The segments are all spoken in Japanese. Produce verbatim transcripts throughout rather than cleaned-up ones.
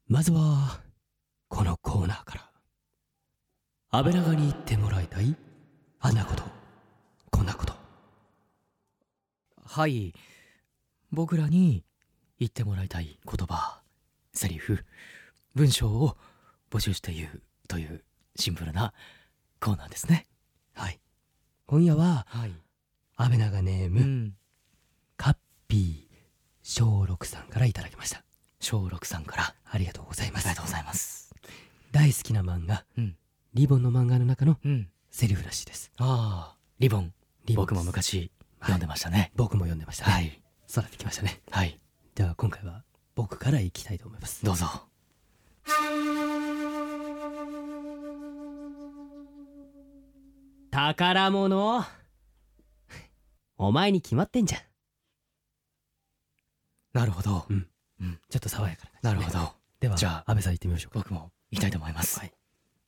まずはこのコーナーから。安倍長に言ってもらいたいあんなこと、こんなこと。 はい、僕らに言ってもらいたい言葉、セリフ、文章を募集して言うというシンプルなコーナーですね。 はい、今夜は、 はい、 安倍長ネーム、 うん、 カッピー小六さんからいただきました。 小六さんからありがとうございます。 ありがとうございます。 大好きな漫画、 うん、 リボンの漫画の中のうんセリフらしいです。 ああ、リボン。 リボン僕も昔読んでましたね。 僕も読んでましたね。 はい、 育ってきましたね。 はい、 では今回は僕からいきたいと思います。 どうぞ。 宝物お前に決まってんじゃん。 なるほど、 うんうん、 ちょっと爽やかな感じ、ね、 なるほど。 ではじゃあ安倍さん行ってみましょうか。 僕も言いたいと思います。はい、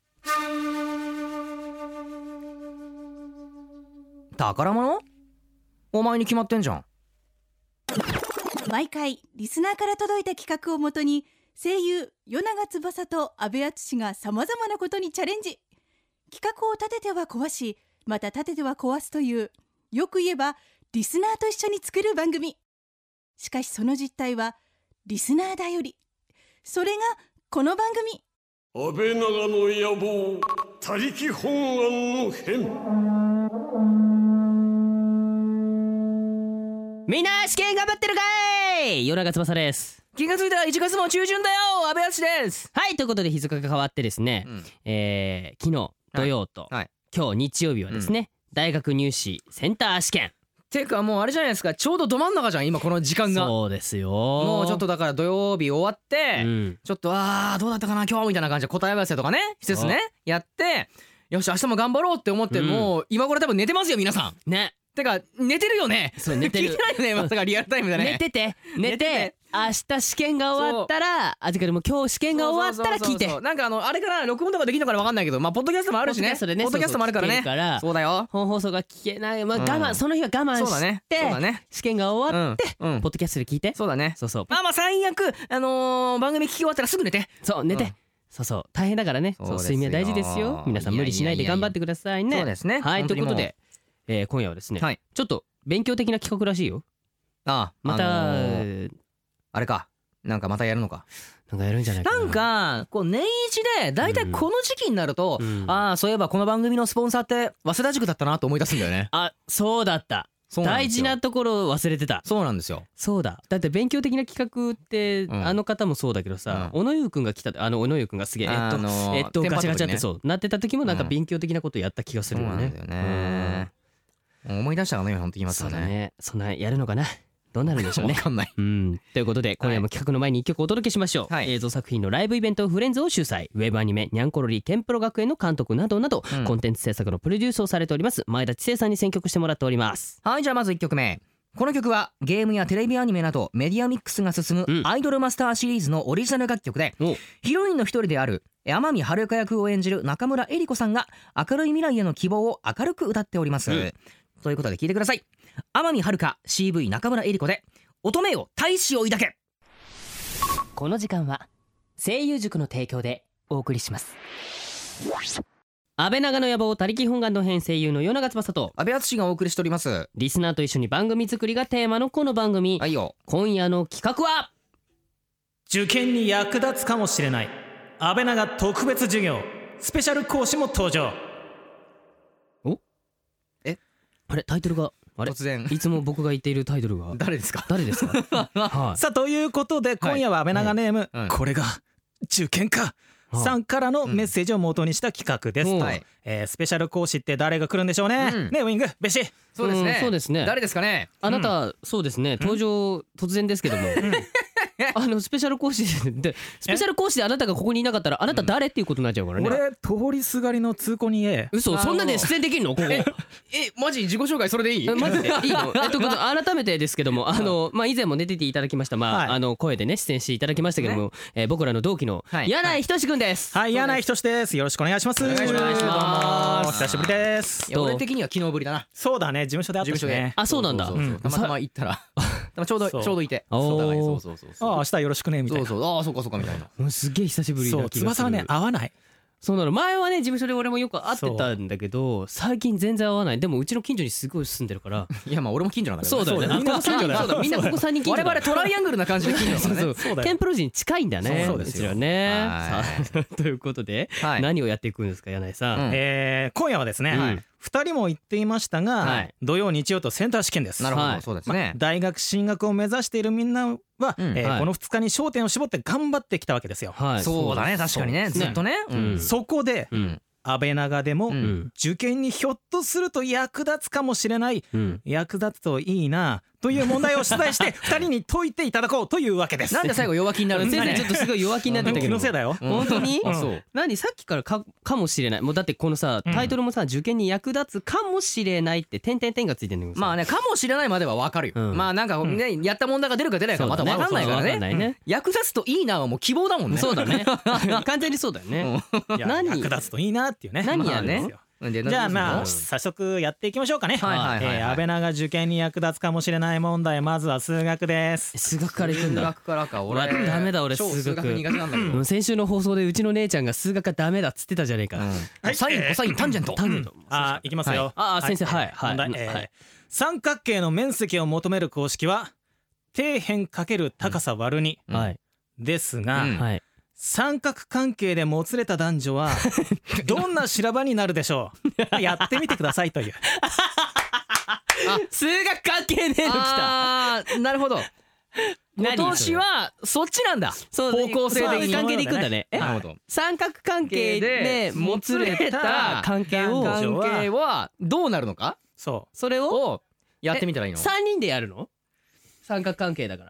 宝物？お前に決まってんじゃん。 毎回リスナーから届いた企画をもとに、声優与永翼と阿部淳がさまざまなことにチャレンジ。企画を立てては壊し、また立てては壊すという、よく言えばリスナーと一緒に作る番組。しかしその実態はリスナーだより。それがこの番組、 安倍長の野望他力本願の変。 みんな試験頑張ってるかい。与永翼です。 気がついたらいちがつも中旬だよ。安倍淳です。 はい、ということで日付が変わってですね、うん、えー、昨日土曜と、はいはい、今日日曜日はですね、うん、大学入試センター試験。 てかもうあれじゃないですか、ちょうどど真ん中じゃん今この時間が。 そうですよ。 もうちょっとだから土曜日終わって、うん、ちょっとあーどうだったかな今日みたいな感じで答え合わせとかね施設ねやって、よし明日も頑張ろうって思って、うん、もう今頃多分寝てますよ皆さんね。てか寝てるよね。 そう寝てる。 聞いてないよねまさかリアルタイムだね。 寝てて寝て明日試験が終わったら、あ、てかでも今日試験が終わったら聞いて。 そうそうそうそう、なんかあのあれから録音とかできるのか分かんないけど、まあポッドキャストもあるしね。ポッドキャストでね、ポッドキャストもあるからね。 からそうだよ。 本放送が聞けない。まあ我慢、うん、その日は我慢して、そうだね、そうだね、試験が終わって、うんうん、ポッドキャストで聞いて。 そうだね。 そうそう。 まあまあ最悪あのー、番組聞き終わったらすぐ寝て。 そう寝て。うん、そうそう大変だからね。そう睡眠は大事ですよ。皆さん無理しないで頑張ってくださいね。 そうですね。 はい、ということで、えー、今夜はですね、はい、ちょっと勉強的な企画らしいよ。 ああ、 また、 あのー、あれか。なんかまたやるのか。 なんかやるんじゃないかな。 なんかこう年一でだいたいこの時期になると、うん、ああそういえばこの番組のスポンサーって早稲田塾だったなと思い出すんだよね。 あ、そうだった。大事なところ忘れてた。 そうなんですよ。 そうだ。だって勉強的な企画って、うん、あの方もそうだけどさ、うん、小野優くんが来た、あの小野優くんがすげえ、えっと、あのー、えっとガチャガチャってそうなってた時もなんか勉強的なことやった気がするよね。 そうなんだよね。うん、思い出したかのように本当に言いますよね。 そうだね。そんなやるのかな。どうなるんでしょうね。 わかんない。 うん。ということで今夜も企画の前にいっきょくお届けしましょう。はい、映像作品のライブイベントフレンズを主催、ウェブアニメニャンコロリーケンプロ学園の監督などなど、うん、コンテンツ制作のプロデュースをされております前田知世さんに選曲してもらっております。 はい、じゃあまずいっきょくめ。この曲はゲームやテレビアニメなどメディアミックスが進むアイドルマスターシリーズのオリジナル楽曲で、うん、ヒロインの一人である天海遥役を演じる中村江里子さんが明るい未来への希望を明るく歌っております。うん、ということで聞いてください。天海遥 シーブイ 中村江里子で乙女よ大志を抱け。 この時間は声優塾の提供でお送りします。安倍長の野望他力本願の編、声優の与永翼と安倍淳がお送りしております。 リスナーと一緒に番組作りがテーマのこの番組、 はいよ。 今夜の企画は受験に役立つかもしれない安倍長特別授業、スペシャル講師も登場。 おえあれタイトルがあれ突然いつも僕が言っているタイトルが誰ですか誰ですかはい、さあということで今夜は安倍長ネーム、はいはい、これが受験か、はい、さんからのメッセージを元にした企画です、うん、えー、スペシャル講師って誰が来るんでしょうね、うん、ねウィングベシ。 そうですね、 うん、そうですね。 誰ですかね。 あなた、うん、そうですね、登場突然ですけども、うんあのスペシャル講師でスペシャル講師であなたがここにいなかったらあなた誰っていうことになっちゃうからね。 俺通りすがりの通行人 A。 嘘、そんなで出演できるのここ。 えマジ自己紹介それでいい？ マジでいいの？えっと改めてですけども、あのまあ以前も出てていただきました、まあ、はい、あの声でね出演していただきましたけども、ね、えー、僕らの同期の柳井仁くんです。 はい、柳井仁です。よろしくお願いします。お願いします。久しぶりです。 いや俺的には昨日ぶりだな。 そうだね、事務所で会ったしね。 あ、そうなんだ。 たまたま行ったらたちょうどちょうどいて、 おーそうそうそうそう、 ああ明日よろしくねみたいな。 そうそう、ああそうかそうかみたいな。 もうすげえ久しぶりそうな気がする。 翼はね合わない。 そうなの。前はね事務所で俺もよく会ってたんだけど最近全然会わない。でもうちの近所にすごい住んでるから。 いやまあ俺も近所なんだけど。 そうだよね。 みんな近所だよ。 そうだみんなここさんにん近所。 我々トライアングルな感じで近所だね。 そうそう。ケンプロジに近いんだね。 そうですようちらね。 はいさあということで何をやっていくんですか柳井さん。 えー今夜はですね、 はいふたりも言っていましたが、 はい土曜日曜とセンター試験です。 なるほど、 はい、 そうですね。 大学進学を目指しているみんなは、 うんえーはいこのふつかに焦点を絞って頑張ってきたわけですよ。 はい。 そうだね、確かにね、ずっとね。 ううんんそこで、 うん安倍長でも、 うんうん受験にひょっとすると役立つかもしれない、 うん。 役立つといいなという問題を出題してふたりに解いていただこうというわけです。 なんで最後弱気になるんですかね。 先生ちょっとすごい弱気になってたけど。 気のせいだよ。 うん本当に？ あそう何さっきからかかもしれないもうだってこのさタイトルもさ、受験に役立つかもしれないって点々点がついてるんだけどさまあね、かもしれないまではわかるよ。 うんまあなんかね、やった問題が出るか出ないかまたわかんないからわかんないね。 ね。 役立つといいなはもう希望だもんね。 そうだね。完全にそうだよね。 いや何役立つといいなっていうね。 何やるのまあねでじゃあまあうん早速やっていきましょうかね。 はいはいはいはいえー安倍長受験に役立つかもしれない問題、まずは数学です。 数学からいくん数だ。 学からか。 うわ俺ダメだ俺超数数学学苦手なんだけど。 うん先週の放送でうちの姉ちゃんが数学がダメだっつってたじゃねえか。 うんサインコサインタンジェント。 タンジェント。 あーいきますよ。 はいあー先生はいはい問題えーはい三角形の面積を求める公式は底辺×高さ割るにうんはいですが、 うんはい。 三角関係でもつれた男女はどんな修羅場になるでしょう。やってみてくださいという。 数学関係ねえの来た。 あーなるほど。今何年はそっちなんだ。 そう方向性的にそういう関係でいくんだね。えなるほど。 三角関係でもつれた関係を関係はどうなるのかそそれををやってみたらいいの。 三人でやるの？三角関係だから。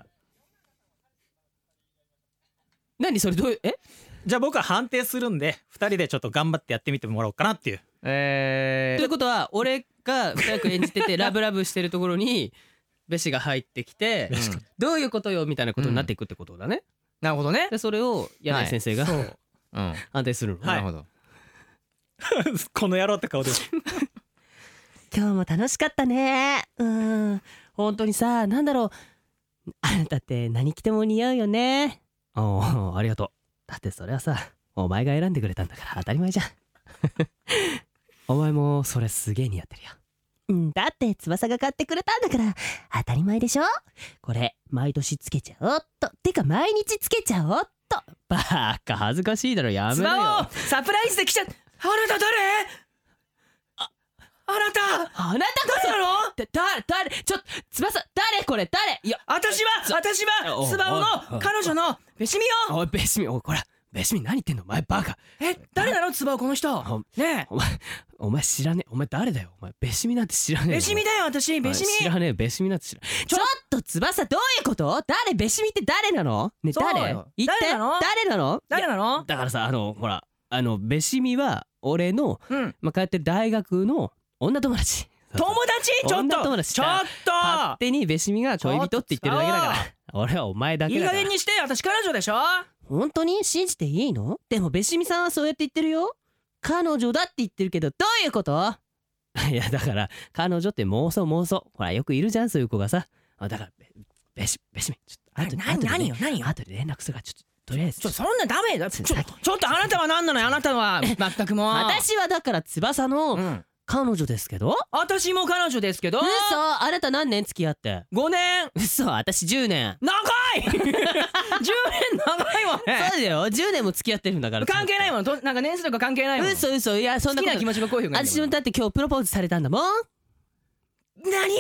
何それどういうえ？ う。じゃあ僕は判定するんでふたりでちょっと頑張ってやってみてもらおうかなっていう。 えということは俺が二役演じててラブラブしてるところにベシが入ってきてーどういうことよみたいなことになっていくってことだね。 なるほどね。 でそれを柳井先生がそううん。 判定するの。 なるほど。 この野郎って顔で。 今日も楽しかったね。うん本当にさなんだろうあなたって何着ても似合うよね。おおありがとう。だってそれはさお前が選んでくれたんだから当たり前じゃん。お前もそれすげえ似合ってるよ。うんだって翼が買ってくれたんだから当たり前でしょ。これ毎年つけちゃおっとてか毎日つけちゃおっと。バーカ恥ずかしいだろやめスろよ。 マホサプライズで来ちゃ。あなた誰？ああなた。 あなたこそだろ。だ誰誰ちょっと翼誰これ誰。いや私は私はおスマホおの彼女のベシミよ。 おいベシミおいこらベシミ何言ってんのお前バカ。 え誰なのスマホこの人。ねお前お前知らねえお前誰だよお前ベシミなんて知らねえよ。 えベシミだよ私ベシミ。 知らねえよベシミなんて知らちょっと翼どういうこと誰ベシミって誰なのねそうよ誰言って誰なの誰なの誰なの？ だからさあのほらあのベシミは俺の、 うん。 まあ、通ってる大学の女友達。 友達ちょっと女友達ちょっ勝と手にベシミが恋人って言ってるだけだから俺はお前だいい加けだから。 減にして私彼女でしょ。 本当に信じていいの？でもベシミさんはそうやって言ってるよ。彼女だって言ってるけどどういうこと？いやだから彼女って妄想妄想ほらよくいるじゃんそういう子がさ。あだからベベシベシミちょっと後で何後でね何よ何よ。 後で連絡するからちょっととりあえずちょそんなダメだ。ちょちょさっきっとあなたは何なのよあなたは全くもう。 私はだから翼うのん。 彼女ですけど。 私も彼女ですけど。 嘘あなた何年付き合って？ ごねん。 嘘私じゅうねん。 長いじゅうねん長いわね。 そうだよじゅうねんも付き合ってるんだから。 関係ないもんとなんか年数とか関係ないもん。 嘘嘘いやそんなこと好きな気持ちがこういうふうに。 私もだって今日プロポーズされたんだもん。 何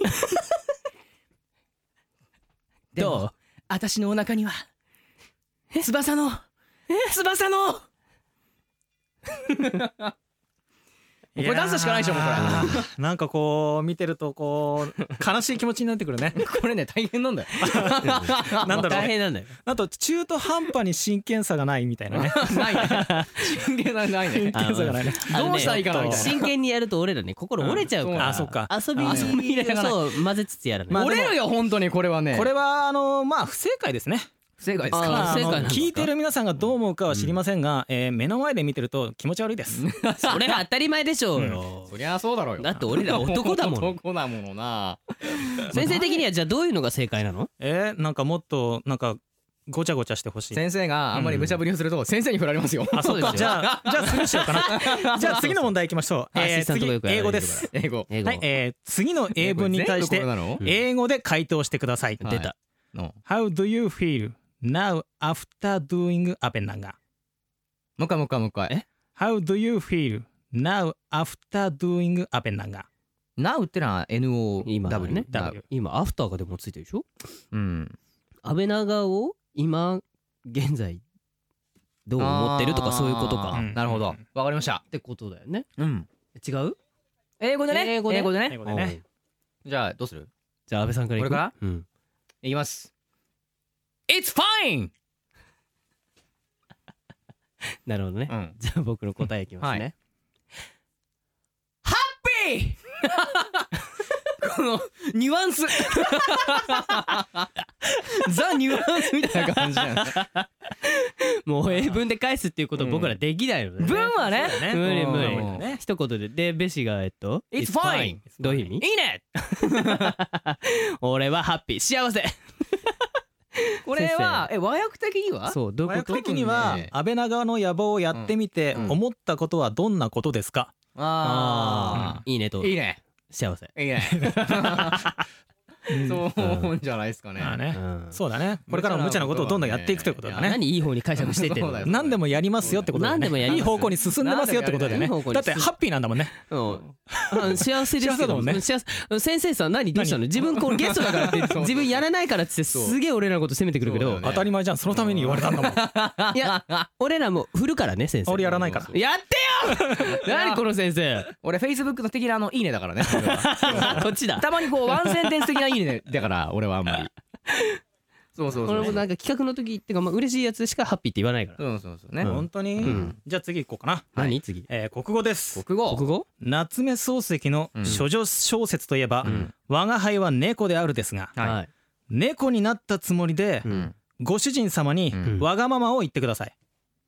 でもどう？ 私のお腹には翼の翼のこれ出すしかないでしょもうこれ。 あーなんかこう見てるとこう悲しい気持ちになってくるね。 これね大変なんだよ。 なんだろう大変なんだよ。 なんと中途半端に真剣さがないみたいなね。 ないね。真剣なないね。 あ真剣さがないね。 あのねどうしたらいいかなみたいな。 真剣にやると俺らね心折れちゃうから、 うんあそっか遊びに遊び入れながらそう混ぜつつやらない、 まあ折れるよ本当にこれはね。 これはあのまあ不正解ですね。 不正解ですあか。 ー正解なんですか聞いてる皆さんがどう思うかは知りませんが、えー目の前で見てると気持ち悪いですそれは当たり前でしょうよ、 そりゃそうだろうよ。 だって俺ら男だもん男だものな。 先生的にはじゃあどういうのが正解なの？ えーなんかもっとなんかごちゃごちゃしてほしい。 先生があんまり無茶ぶりをすると先生に振られますよ。 あ、そうか。 そうですよじゃあじゃあ次しようかな。じゃあ次の問題いきましょう。えーアシスタントが次よくやられる英語です。 英語。 英語、 はい、えー次の英文に対して全部これなの？ 英語で回答してください。 出た、 の。 How do you feel now after doing アベナガ？ もう一回もう一回もう一回。え How do you feel now after doing アベナガ？ Now ってのは エヌオー今のね W 今アフターがでもついてるでしょ。 うん。 安倍長を今現在どう思ってるとかそういうことかあーなるほど。わかりました。 ってことだよね。 うん。 違う？ 英語でね。 英語で英語でね。 英語でね。 じゃあどうする？ じゃあ安倍さんからいく。 俺からうん。 いきます。It's fine! なるほどね。 うん。 じゃあ僕の答えいきますね。 Happy! このニュアンスザ・ニュアンスみたいな感じだよね。 もう英文で返すっていうことを僕らできないのでね。 文はね。 無理無うん理。一言ででベシがえっと It's fine どういう意味？ いいね。 俺はハッピー幸せ。 これはえ和訳的には？ そうどういうこと？ 和訳的にはね安倍長の野望をやってみてうん思ったことはどんなことですか？ あいいねとあ。いいね。 幸せ。 いいね。そうじゃないですかね。 まあね、 うんそうだね。これからも無茶なことをどんどんやっていくということだね。 何いい方に解釈してってんの？ そうだよ何でもやりますよってことだよね。 何でもやりますいい方向に進んでますよってことだよね。 いい方向にだってハッピーなんだもんね。 うん幸せですけど幸せだもんね幸せ先生さ何どうしたの？自分これゲストだからって自分やらないからってすげえ俺らのこと責めてくるけど、 そうだよね当たり前じゃん。そのために言われたんだもん。 いや俺らも振るからね先生。 俺やらないから。 やってよ何この先生俺 Facebook の的なあのいいねだからね。それはこっちだ。 たまにこうワンセンテンス的ないいねだから俺はあんまり。そうそうそう。 俺もなんか企画の時ってかまあ嬉しいやつしかハッピーって言わないから。 そうそうそうね。 うん本当に、 んじゃあ次行こうかな。 何次？ えー国語です。 国語。 国語？ 夏目漱石の処女小説といえば、我が輩は猫であるですが、 はいはい。 猫になったつもりで、 うんご主人様にんわがままを言ってください。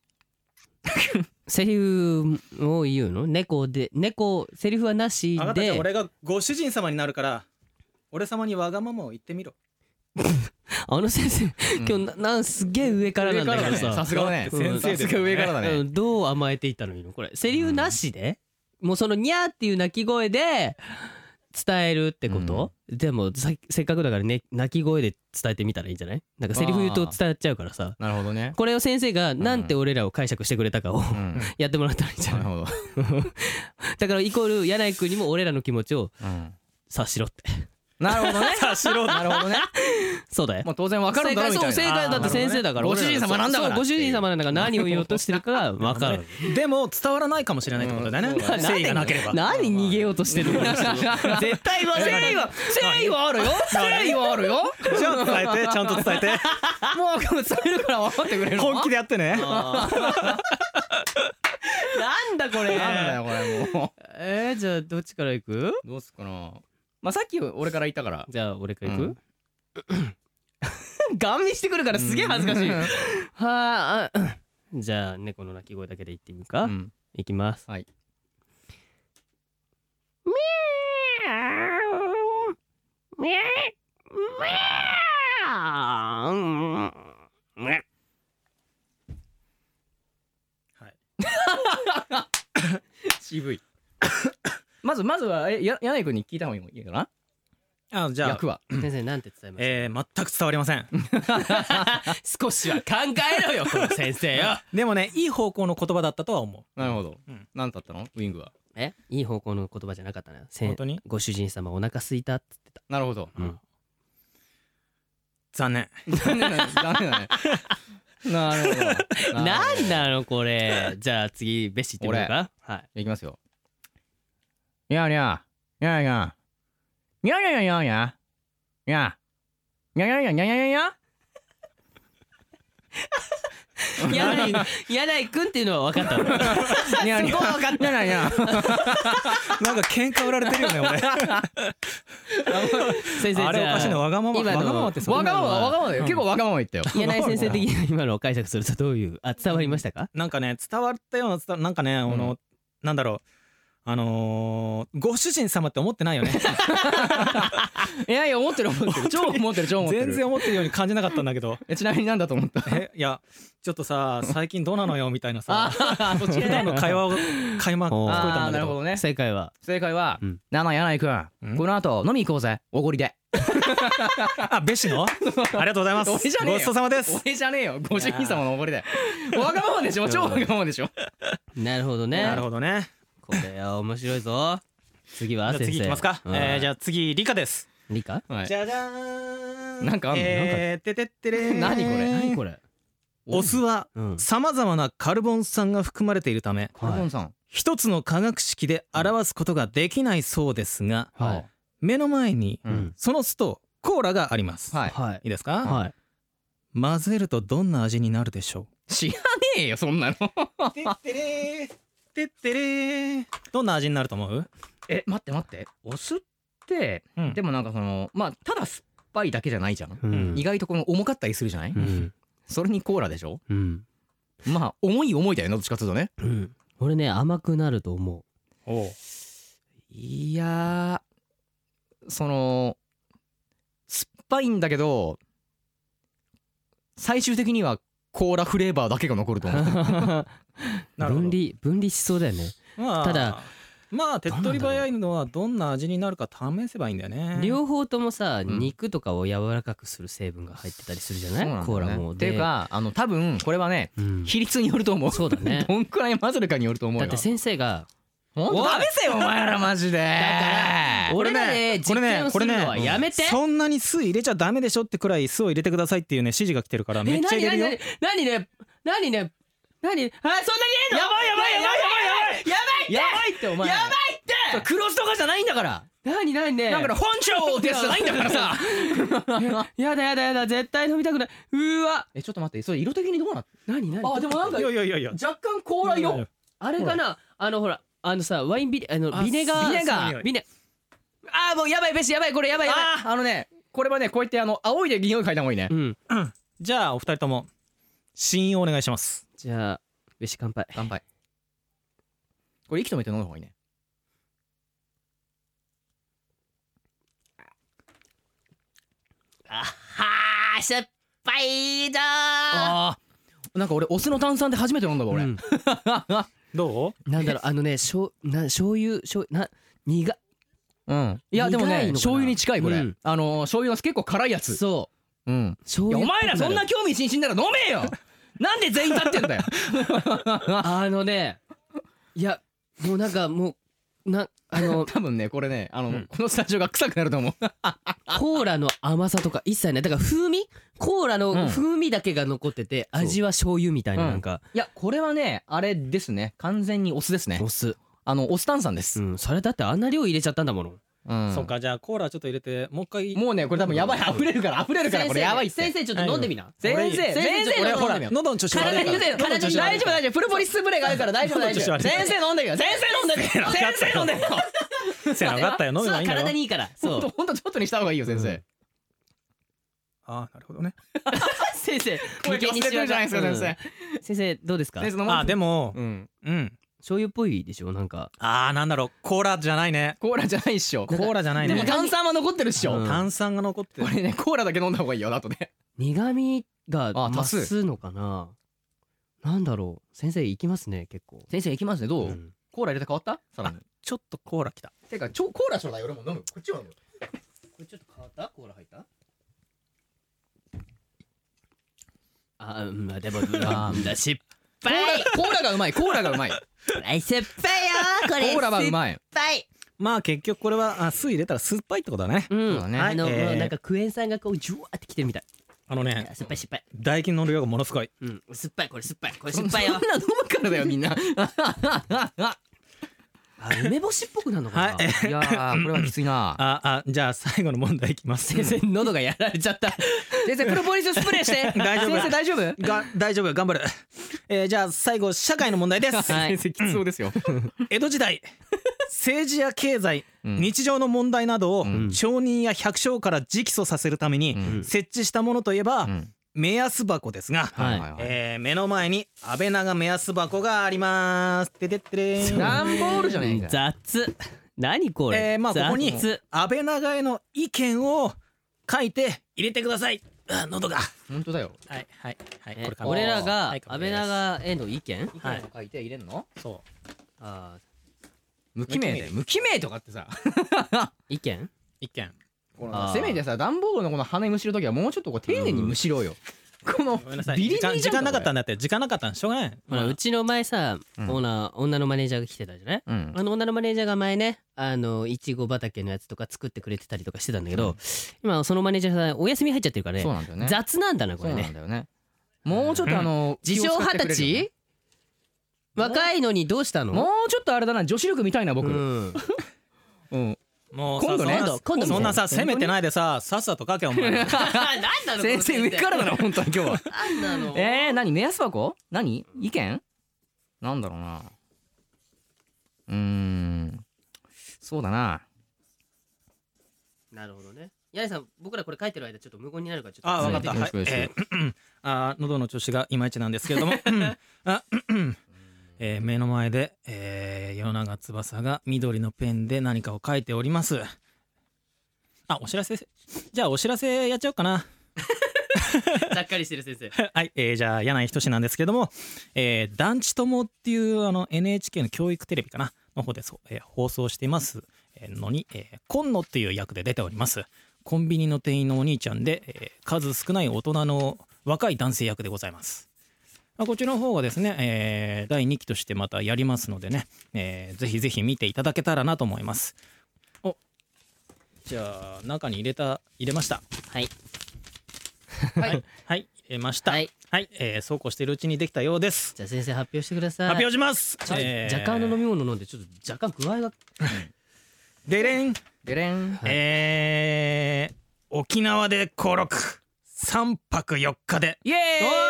セリフを言うの？猫で猫セリフはなしあなたじゃあで。 俺がご主人様になるから俺様にわがままを言ってみろ。 あの先生今日ななんすげえ上からなんだけどさ。 さすがだね。 先生ですねさすが上からだね。 うんどう甘えていったのいいのこれ？セリフなしで、もうそのニャーっていう鳴き声で伝えるってこと、でもさせっかくだからね鳴き声で伝えてみたらいいんじゃない？なんかセリフ言うと伝わっちゃうからさ。 なるほどね。 これを先生がなんて俺らを解釈してくれたかを、 うん。 やってもらったらいいんじゃない？ なるほど。 だからイコール柳井君にも俺らの気持ちをうん。 察しろって。 なるほどね。 さしろ。 なるほどね。 そうだよ。 もう当然わかるんだろみたいな。 正解そう正解だって先生だから。 ご主人様なんだからそうご主人様なんだから何を言おうとしてるかが分かる。 でも伝わらないかもしれないってことだよね。 うんそうだね誠意がなければ。 何逃げようとしてるの？絶対言わない。 誠意は誠意はあるよ。誠意はあるよ。 じゃあ伝えて、ちゃんと伝えて。 もう伝えるから分かってくれるの。 本気でやってね。 なんだこれ。 なんだよこれもえー、じゃあどっちから行く？ う。どうすっかな。まあさっき俺から言ったから。 じゃあ俺から行く？ガン見してくるからすげえ恥ずかしい。はあ。あじゃあ猫の鳴き声だけで言ってみるか。 うん。 いきます。 はい。渋い。まずまずはえや柳井君に聞いた方がいいかな。 あ、じゃあ役は。 先生なんて伝えました？ えー、全く伝わりません。 少しは考えろよこの先生よ。 でもね、いい方向の言葉だったとは思なるほどうん。 なんだったのウィングは。 えいい方向の言葉じゃなかったな。せん本当にご主人様お腹空いたって言ってた。 なるほど。 うんう。残念。 残念だね。残念だね。なるほど。 なんなのこれ。じゃあ次ベッシってみようか。はい。 いきますよ。にゃーにゃー。にゃーにゃー。にゃーにゃーにゃーにゃー。にゃー。にゃーにゃーにゃーにゃーにゃーにゃー。 柳井柳井くんっていうのは分かったの。 いやそこは分かってないな。 なんか喧嘩売られてるよね俺。 先生、 あれおかしいな、わがまま。 今のわがままってそわんなのがままわがままだよ。結構わがまま言ったよ。 柳井先生的に今のを解釈するとどういう、あ、伝わりましたか？ なんかね伝わったような伝わなんかね、あのなんだろう、あのー、ご主人様って思ってないよね。 いやいや思ってる思ってる超思ってる超思ってる。 全然思ってるように感じなかったんだけど。 えちなみになんだと思った？ えいやちょっとさ最近どうなのよみたいなさあそっち普段の会話を垣間聞こえたあーんだけど。 なるほどね。 正解は正解はうんなあなあ柳井くん、この後飲み行こうぜおごりで。 あべしのありがとうございます。 俺じゃねえよごちそうさまです。 俺じゃねえよご主人様のおごりで。わがままでしょ超わがままでしょ。 なるほどね。 なるほどね。 これは面白いぞ。次は先生。 じゃあ次いきますか。 うんえーじゃあ次理科です。 理科？ はいじゃじゃーん。 なんかあんのえーててってれー。 何これ何これ？ お酢はうん。 さまざまなカルボン酸が含まれているためカルボンさん一つの化学式で表すことができないそうですが、 はい目の前にうんその酢とコーラがあります。 はいはいいいですか？ はい。 混ぜるとどんな味になるでしょ知らねえよそんなの。 う？てってれーてってれー。どんな味になると思う？ え待って待ってお酢ってうんでもなんかそのまあただ酸っぱいだけじゃないじゃん。 うん意外とこの重かったりするじゃない？ うんそれにコーラでしょ。 うんまあ重い重いだよねどっちかっていうとね。 うん。俺ね甘くなると思おう。 いやーその酸っぱいんだけど最終的にはコーラフレーバーだけが残ると思う。 う。 なるほど分離分離しそうだよね。 まあただまあ手っ取り早いのはどんな味になるか試せばいいんだよね。 両方ともさ、 ん肉とかを柔らかくする成分が入ってたりするじゃない？ そうなんだコーよねラもっていうかあの多分これはねうん比率によると思う。 そうだねどんくらい混ぜるかによると思うよ。 だって先生がほんと試せよお前らマジで。だ俺らで実験をするのはやめて。 そんなに酢入れちゃダメでしょってくらい酢を入れてくださいっていうね指示が来てるからめっちゃ入れるよ。 え何何何ね何ね何あそんなに入れんの？やばいやばいやばいやばいやばいやばいってお前。 やばいってクロスとかじゃないんだから。 何何ねだから本庁ですじゃないんだからさ。 やだやだやだ絶対飲みたくない。うーわえちょっと待ってそれ色的にどうなっ何何あでもなんかいやいやいやいや。 若干コーラよ。 あれかなあのほらあのさワインビネあのあビネガービネガービネあーもうやばいべしやばいこれやばいやばいあーあのねこれはねこうやってあの青いで匂い嗅いだ方がいいね。 うんじゃあお二人とも試飲をお願いします。 じゃあべし乾杯。 乾杯。これ息止めて飲んだ方がいいね。 あはーしょっぱいだー。 あーなんか俺お酢の炭酸で初めて飲んだわ俺。 うんどう？ なんだろうあのねしょうな醤油醤油な苦うん。いやでもね苦いのかな醤油に近いこれ。 うんあのー醤油は結構辛いやつ。 そううん。 醤油いやお前らそんな興味津々なら飲めよ。なんで全員立ってんだよ。 あのねいやもうなんかもうなあの多分ねこれねあの、このスタジオが臭くなると思う。 コーラの甘さとか一切ないだから風味コーラの風味だけが残ってて、味は醤油みたいななんか、 いやこれはねあれですね完全にお酢ですね。 お酢あのお酢炭酸です。 うんそれだってあんな量入れちゃったんだもの。 うんそっかじゃあコーラちょっと入れてもう一回。 もうねこれ多分やばい溢れるから溢れるからこれやばいって。 先生ちょっと飲んでみな。 先生俺先生俺ほら飲んでみよう。 喉の調子悪いから。 体に大丈夫喉の調子悪い大丈夫大丈夫プルポリススプレーがあるから大丈夫大丈夫。 喉の調子悪い先生飲んでみよう先生飲んでみよう先生飲んでみよう。 せや分かったよ飲めそうばいいんだよ。 体にいいからほんとそうほんとちょっとにした方がいいよ先生。 うんああなるほどね。 先生これ眉間に忘れてるじゃないですか先生。 うん先生どうですか？ 先生飲まあでもうんうん醤油っぽいでしょなんか。 あーなんだろうコーラじゃないね。 コーラじゃないっしょ。 コーラじゃないね。 でも炭酸は残ってるっしょ。 うん炭酸が残ってる。 これねコーラだけ飲んだ方がいいよあとね。 苦味があ増足すすのかな。なんだろう先生いきますね結構。 先生いきますねどう、 うんコーラ入れて変わったさらに。 ちょっとコーラきた。 てかちょコーラちょうだい俺も飲むこっちは飲む。 これちょっと変わったコーラ入ったあうんまあでもあうんだ失コー敗ラコーラがうまいコーラがうまい。 はい失敗よこれコーラはうまい。 失敗まあ結局これはあ酢入れたら酸っぱいってことだね。 うんそうだねあの、 はいえーもうなんかクエン酸がこうジュワーってきてるみたい。 あのね酸っぱい失敗。 唾液の量がものすごい。 うん酸っぱいこれ酸っぱいこれそん酸っぱいよ。 な飲むからだよみんな。 あ梅干しっぽくなるのかな、 はい、 いやーこれはきついな。 ああじゃあ最後の問題いきます。 先生喉がやられちゃった先生プロポリススプレーして大丈夫先生大丈夫が大丈夫頑張る、えー、じゃあ最後社会の問題です。 先生きつそうですよ江戸時代政治や経済、 うん、 日常の問題などを、 うん、 町人や百姓から直訴させるために設置したものといえば、うん、目安箱ですが、はいえー、目の前に安倍長目安箱があります。ててってれーん。 段ボールじゃねえか。 雑。何これ、 えー、まあここに安倍長への意見を書いて入れてください。あ喉が本当だよ。 はいはいはい、 これ俺らが安倍長への意見、 意見を書いて入れんの？ そう。 ああ。無記名で無記名とかってさ意見意見せめてさ段ボールのこの羽むしるときはもうちょっとこう丁寧にむしろうよ、うん、このごめんなさいビリビリじゃん。時間なかったんだって時間なかったんしょうがない、 まあ、うちの前さ、うん、オーナー女のマネージャーが来てたじゃない、うん、あの女のマネージャーが前ねあのいちご畑のやつとか作ってくれてたりとかしてたんだけど、うん、今そのマネージャーさんお休み入っちゃってるからね。 そうなんだよね。 雑なんだなこれね。 そうなんだよね。もうちょっとあの、 うん、自称二十歳若いのにどうしたの？ もうちょっとあれだな女子力見たいな僕。うん、 うん、もう今度ね今度そんなさ攻めてないでささっさと書けお前。 なんなの先生上からだな本当に今日は。 なんなの？ えー何目安箱？何意見？なんだろうな。うーんそうだな。 なるほどね。ヤイさん僕らこれ書いてる間ちょっと無言になるからちょっとあ分かった、はいえー、あ喉の調子がいまいちなんですけれどもあ、えー、目の前で、えー、与永翼が緑のペンで何かを書いております。あお知らせじゃあお知らせやっちゃおうかなざっかりしてる先生はい、えー、じゃあ柳井仁なんですけれども、えー、団地友っていうあの エヌエイチケー の教育テレビかなの方でそう、えー、放送していますのに、えー、今野っていう役で出ております。コンビニの店員のお兄ちゃんで、えー、数少ない大人の若い男性役でございます。まあ、こちらの方がですね、えー、だいにきとしてまたやりますのでね、えー、ぜひぜひ見ていただけたらなと思います。おじゃあ中に入れた入れました。 はいはい、はい、入れました。はい、はい、えー、そうこうしているうちにできたようです。 じゃあ先生発表してください。 発表します。 えー、若干の飲み物飲んでちょっと若干具合がでれんでれん、はい、 えー、沖縄で登録さんぱくよっかでイエ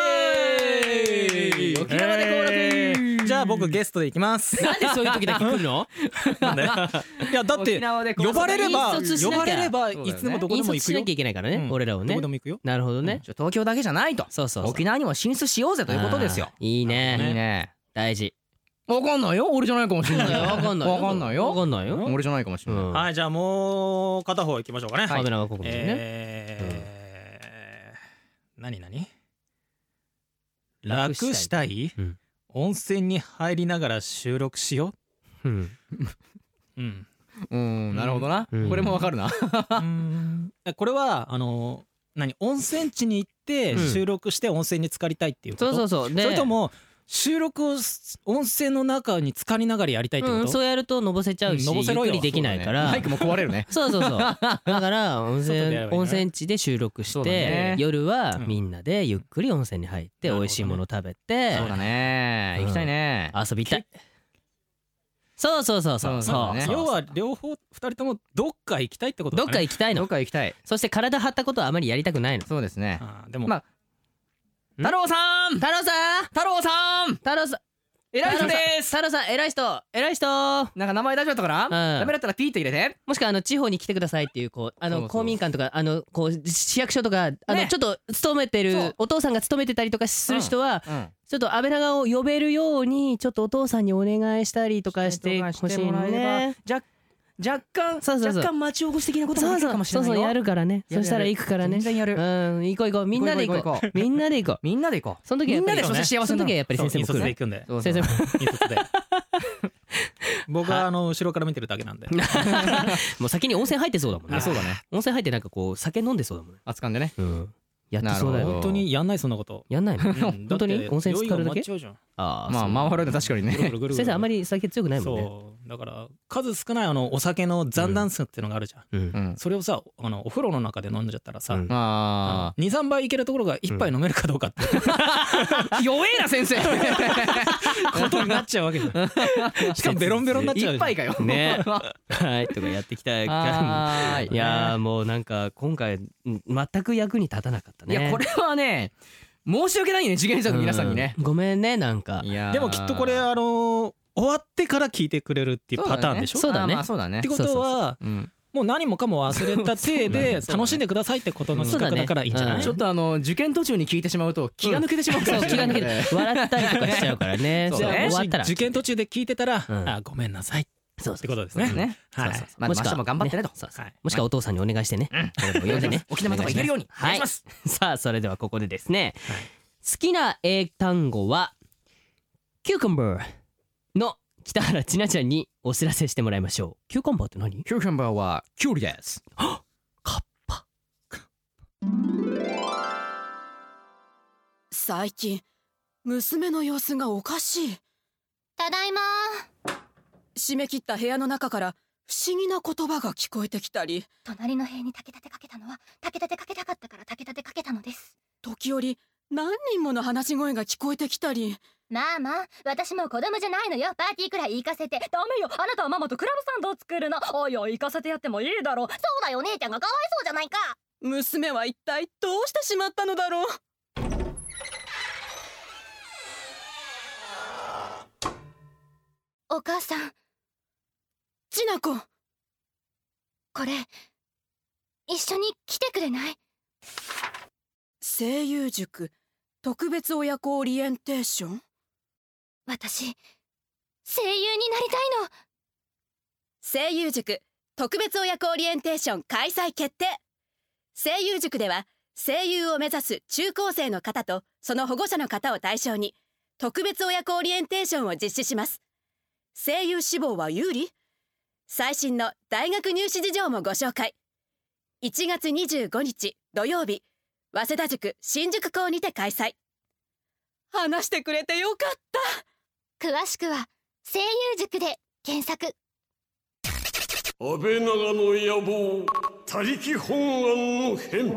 ーイ沖縄で登録、えー、じゃあ僕ゲストで行きます。 なんでそういう時だけ来るのなんでいやだって呼ばれれば呼ばれればいつでもどこでも行くよ。引率しなきゃいけないからね、うん、俺らをね。どこでも行くよ。 なるほどね、うん、 東京だけじゃないと。 そうそうそう沖縄にも進出しようぜということですよ。 いいねいいね大事。 わかんないよ俺じゃないかもしれない。 わかんないわかんないよわかんないよ俺じゃないかもしれない、うん、 はいじゃあもう片方行きましょうかね。 はい、ここねえー、何何楽したい、うん、温泉に入りながら収録しよう。うんうんうんなるほどな、うん、これもわかるなうんこれはあの何温泉地に行って収録して温泉に浸かりたいっていうこと、 うん、そうそうそうでそれとも収録を温泉の中に浸かりながらやりたいってこと、 うん、そうやるとのぼせちゃうし、うん、ゆっくりできないから、 ね、マイクも壊れるねそうそうそうだから温泉温泉地で収録して、ね、夜はみんなでゆっくり温泉に入って美味しいもの食べて、 そうだね行きたいね、 うん、遊びたい。そうそうそうそうそう、 ね、要は両方ふたりともどっか行きたいってことだね。 どっか行きたいの。 どっか行きたい。 そして体張ったことはあまりやりたくないの。 そうですね。 あでもまあ太郎さん太郎さん太郎さん太郎さん偉い人です太郎さん偉い人偉い人なんか名前大丈夫だったかな、うん、ダメだったらピーって入れて。 もしくはあの地方に来てくださいっていうこうあの公民館とかあのこう市役所とかあの、ね、ちょっと勤めてるお父さんが勤めてたりとかする人は、うんうん、ちょっと安倍長を呼べるようにちょっとお父さんにお願いしたりとかしてほしいね。 じゃ若干そうそうそう若干町おこし的なこともできるかもしれないよ。 そうそうやるからね。そしたら行くからね。 全然やる。 うん行こう行こうみんなで行こうみんなで行こうみんなで行こう。 その時はやっぱりみんなでそして幸せな。 その時はやっぱり先生も来る。 引率で行くんで。 先生も引率で。僕はあの後ろから見てるだけなんで。 もう先に温泉入ってそうだもんね。 そうだね。 温泉入ってなんかこう酒飲んでそうだもんね。 あつかんでね。 やってそうだよ。 本当にやんないそんなこと。 やんないの。本当に温泉浸かるだけ。 ああまあ回るで確かにね。 先生あんまり酒強くないもんね。 そうだから数少ないあのお酒の残弾数っていうのがあるじゃん、 うんうん、 それをさあのお風呂の中で飲んじゃったらさ、 うんあにさんばいいけるところがいっぱい飲めるかどうかってー弱えな先生ことになっちゃうわけじゃんしかもベロンベロンになっちゃういっぱいかよねはいとかやってきたはいいやーもうなんか今回全く役に立たなかったね。 いやこれはね申し訳ないね次元作皆さんにね、 うんごめんねなんか。 いやでもきっとこれあのー終わってから聞いてくれるっていうパターンでしょ。 そうだねあーまあそうだねってことはうんもう何もかも忘れた体で楽しんでくださいってことの企画だからいいんじゃない？ うんちょっとあの受験途中に聞いてしまうと気が抜けてしまうかそうもしれない気が抜けて笑ったりとかしちゃうからね。 そうねじゃあ終わったらもし受験途中で聞いてたら、 うんあごめんなさいそうってことですね。 そうねはい。 そうそうまあ明日も頑張ってねとそうそうはいもしくはお父さんにお願いしてね。これも読んでね。 沖縄とか行けるようにお願いします。 さあそれではここでですね、 はい好きな英単語はキューカンバーの北原千奈ちゃんにお知らせしてもらいましょう。キューカンバーって何？ キューカンバーはキュウリです。 カッパ。 最近娘の様子がおかしい。 ただいま。 締め切った部屋の中から不思議な言葉が聞こえてきたり、 隣の部屋に炊きたてかけたのは炊きたてかけたかったから炊きたてかけたのです。 時折何人もの話し声が聞こえてきたり。 まあまあ私も子供じゃないのよ。パーティーくらい行かせて。ダメよ、あなたはママとクラブサンドを作るの。おいおい行かせてやってもいいだろう。そうだよ、姉ちゃんがかわいそうじゃないか。 娘は一体どうしてしまったのだろう。 お母さん、 ちなこ、 これ一緒に来てくれない？ 声優塾特別親子オリエンテーション。 私声優になりたいの。 声優塾特別親子オリエンテーション開催決定。声優塾では声優を目指す中高生の方とその保護者の方を対象に特別親子オリエンテーションを実施します。声優志望は有利？最新の大学入試事情もご紹介。いちがつにじゅうごにち土曜日、早稲田塾新宿校にて開催。話してくれてよかった。 詳しくは声優塾で検索。 安倍長の野望他力本願の変。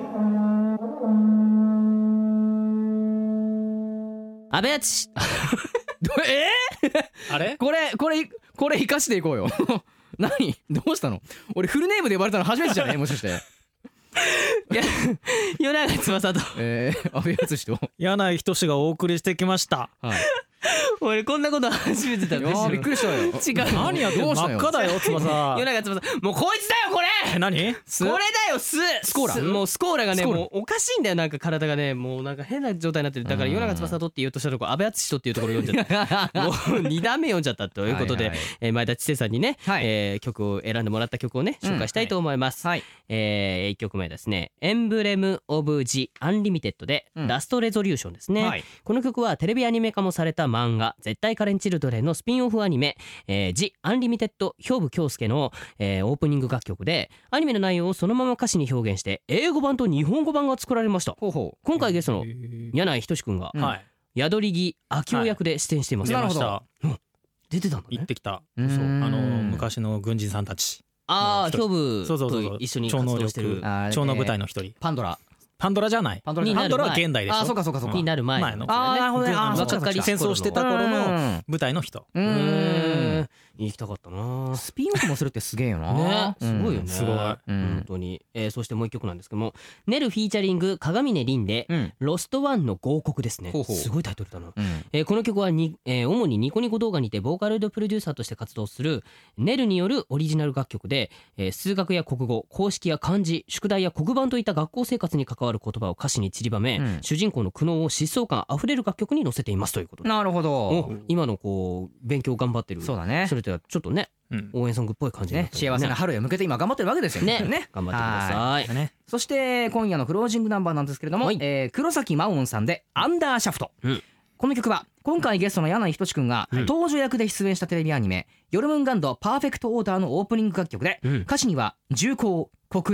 安倍敦えあれー、これこれこれ生かしていこうよ何どうしたの？俺フルネームで呼ばれたの初めてじゃねもしかして。 いや夜長翼とえー、安倍敦と柳井仁がお送りしてきました。 はい俺こんなこと初めてだいやーびっくりしたよ。 違う何やってんの？ どうしたよ真っ赤だよ翼。 夜長翼もうこいつだよこれえ何？ すこれだよススコーラもうスコーラがねスコーラもうおかしいんだよ。なんか体がねもうなんか変な状態になってる。だから夜長翼とって言おうとしたとこ安倍敦とっていうところを読んじゃったもうに段目読んじゃったということで、 はいはいえー前田知世さんにね、 はいえー曲を選んでもらった曲をね紹介したいと思います。 はいえー、いっきょくめですね、エンブレム・オブ・ジ・アンリミテッドで、 うんラスト・レゾリューションですね、 はいこの曲はテレビアニメ化もされた漫画絶対カレンチルドレンのスピンオフアニメ、えー、ジ・アンリミテッド兵部京介の、えーオープニング楽曲でアニメの内容をそのまま歌詞に表現して英語版と日本語版が作られました。 ほうほ今回ゲストのへー柳井仁くんがうんはい。 宿り木明夫役で出演しています、 なるほど出ました。 出てたんだね。 行ってきた。 う。 そううんあの昔の軍人さんたち。 ああ一人兵部そうそうそうそうと一緒に活動してるあー超能部隊の一人。 パンドラパンドラじゃない。 パンドラになるパンドラは現代でしょ。 あーそうかそうかそうかになる前前のあーなるほどねあー若かりし戦争してた頃の部隊の人。 ううーんん行きたかったなスピンオフもするってすげえよなねすごいよね、 すごいうん本当に、えーそしてもう一曲なんですけどもネルフィーチャリング鏡音凛で、 うんロストワンの合国ですね。 ほうほうすごいタイトルだな、 うんえーこの曲はに、えー主にニコニコ動画にてボーカロイドプロデューサーとして活動するネルによるオリジナル楽曲で、えー数学や国語公式や漢字宿題や黒板といった学校生活に関わる言葉を歌詞に散りばめ、 うん主人公の苦悩を疾走感あふれる楽曲に乗せていますということで、 なるほどお今のこう勉強頑張ってるそうだねそれとはちょっとねうん。 応援ソングっぽい感じになねってる幸せな春へ向けて今頑張ってるわけですよねね頑張ってください。 ね。 そして今夜のクロージングナンバーなんですけれども、 はいえー黒崎真音さんでアンダーシャフト、 うんこの曲は今回ゲストの柳井仁くんがうん登場役で出演したテレビアニメ「ヨルムンガンドパーフェクトオーダー」のオープニング楽曲で、 うん歌詞には重厚黒煙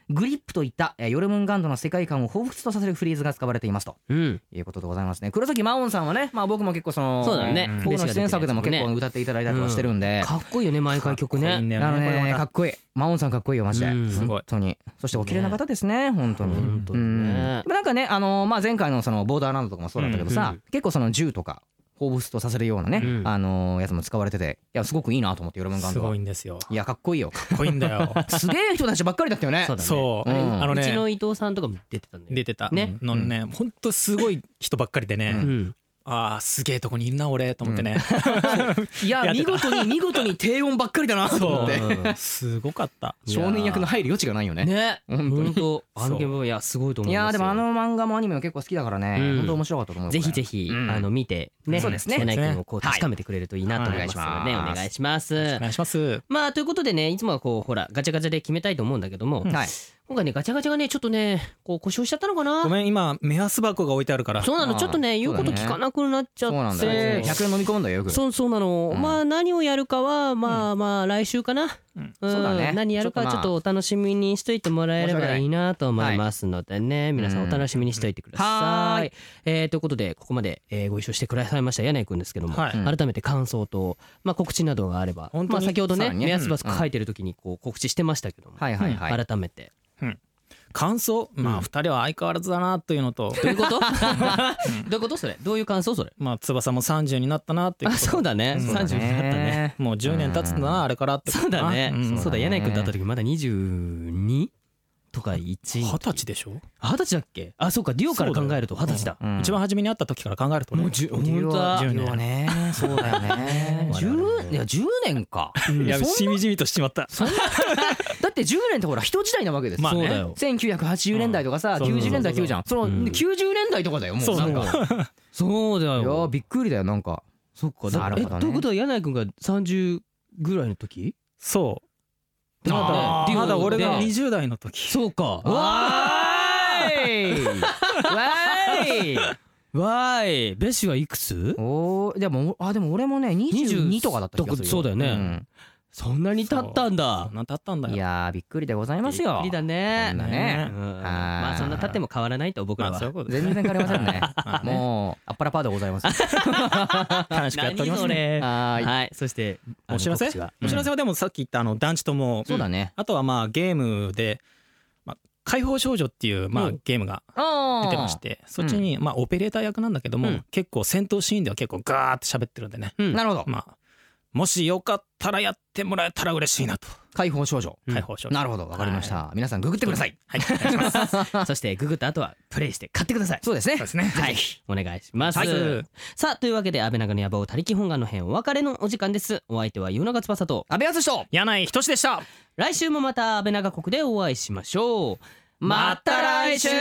グリップといったえーヨルムンガンドの世界観を彷彿とさせるフレーズが使われていますとうんいうことでございますね。黒崎真音さんはね、まあ、僕も結構そのそうだね僕の出演作でも結構歌っていただいたりとかしてるんで、 かっこいいよね毎回曲ね。 あのねかっこいい、真音さんかっこいいよマジで、 うんすごい本当に。そしてお綺麗な方ですね本当に。 本当にうんね。 なんかねあのまあ前回のそのボーダーランドとかもそうだったけどさ、 うん結構その銃とか彷彿とさせるようなね、 うんあのやつも使われてて、いやすごくいいなと思ってヨルムンガンすドは。 ごいんですよ。 いやかっこいいよ。 かっこいいんだよ。 すげえ人たちばっかりだったよね。 そうだね。 そう、 うんあのねうちの伊藤さんとかも出てたんだよ。 出てたねのね、ほんとすごい人ばっかりでね、 ううんあーすげえとこにいるな俺と思ってね、 いや見事に見事に低音ばっかりだなと思ってうんすごかった。 少年役の入る余地がないよね。 ね、 本当に本当あのゲームいやすごいと思いいますよ。 やーでもあの漫画もアニメも結構好きだからね、 うん本当面白かったと思う。 ぜひぜひ、 うんあの見てね、 そうですね柳君をこう確かめてくれるといいなと思いますので、 はいお願いします。 お願いします。 まあということでね、いつもはこうほらガチャガチャで決めたいと思うんだけども、 はい。 今回ねガチャガチャがねちょっとねこう故障しちゃったのかな。 ごめん今目安箱が置いてあるから。 そうなの、 あーちょっとね言うこと聞かなくなっちゃそうなんだってよ。ひゃくえん飲み込むんだよよく。 そうそうなの、 うんまあ何をやるかはまあまあ来週かな、 うんんそうだね何やるかちょっとまあちょっとお楽しみにしといてもらえればいいなと思いますのでね、皆さんお楽しみにしといてください、 はーいえーということでここまで、えーご一緒してくださいました柳井くんですけども、 はい改めて感想と、まあ、告知などがあれば、まあ、 本当に先ほどねさらにね目安バス書いてる時にこう告知してましたけども、 はいはいはい。 改めて感想、まあふたりは相変わらずだなというのと、 どういうことどういうことそれどういう感想それ。 まあ翼もさんじゅうになったなっていうあこと。 そうだね、 そうだねさんじゅうになったね。 もうじゅうねん経つんだなあれからってことそうだね、 んそうだ柳井くんと会った時まだにじゅうにとかいち二十歳でしょ。 二十歳だっけ。あそうかデュオから考えると二十歳だ。 うん一番初めに会った時から考えるとねもうじゅデュオ本当だデュオね、そうだよね。十いやじゅうねんか。 いやそんなしみじみとしちまった。 だってじゅうねんってほら人時代なわけですよ。 まあねそうだよ。 せんきゅうひゃくはちじゅうねんだいとかさ、 うんきゅうじゅうねんだいきゅうじゃん。そのうんきゅうじゅうねんだいとかだよもそううなんか。 そうだいやーよ。 びっくりだよなんか。 そっか。だなるほどねえということは柳井くんがさんじゅうぐらいの時。 そうまあーだまだ俺がでにじゅう代の時。 そうか。わーい。わーい。わーい。ベシはいくつ？ おーでもあでも俺もねにじゅうにとかだった気がするよ。 そうだよねんそんなに経ったんだそん。な経ったんだよ。 いやーびっくりでございますよ。 びっくりだね。 そんなねうんはいまあそんな経っても変わらないと僕らはまあそういう。ことですね。 全然変わりませんね。 まあねもうあっぱらパーでございます。 楽しくやっておりますね。 何それ。 はーい。 はい。そしてあのお知らせ告知はお知らせはでもさっき言ったあの団地とも、 そうだね。 あとはまあゲームで、まあ、解放少女っていうまあうんゲームがあ出てまして、そっちにまあオペレーター役なんだけども、 うん結構戦闘シーンでは結構ガーって喋ってるんでね、 うんなるほど。 まあもしよかったらやってもらえたら嬉しいなと。 解放少女。 うん解放少女。 なるほどわかりました。皆さんググってください。 はい、お願いします。 そしてググった後はプレイして買ってください。 そうですね。 そうですね。 はい、お願いします。 はいさあというわけで安倍長の野望他力本願の編お別れのお時間です。お相手は夜長翼と安倍敦と柳井仁でした。 来週もまた安倍長国でお会いしましょう。また来週。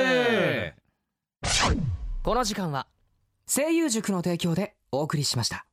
この時間は声優塾の提供でお送りしました。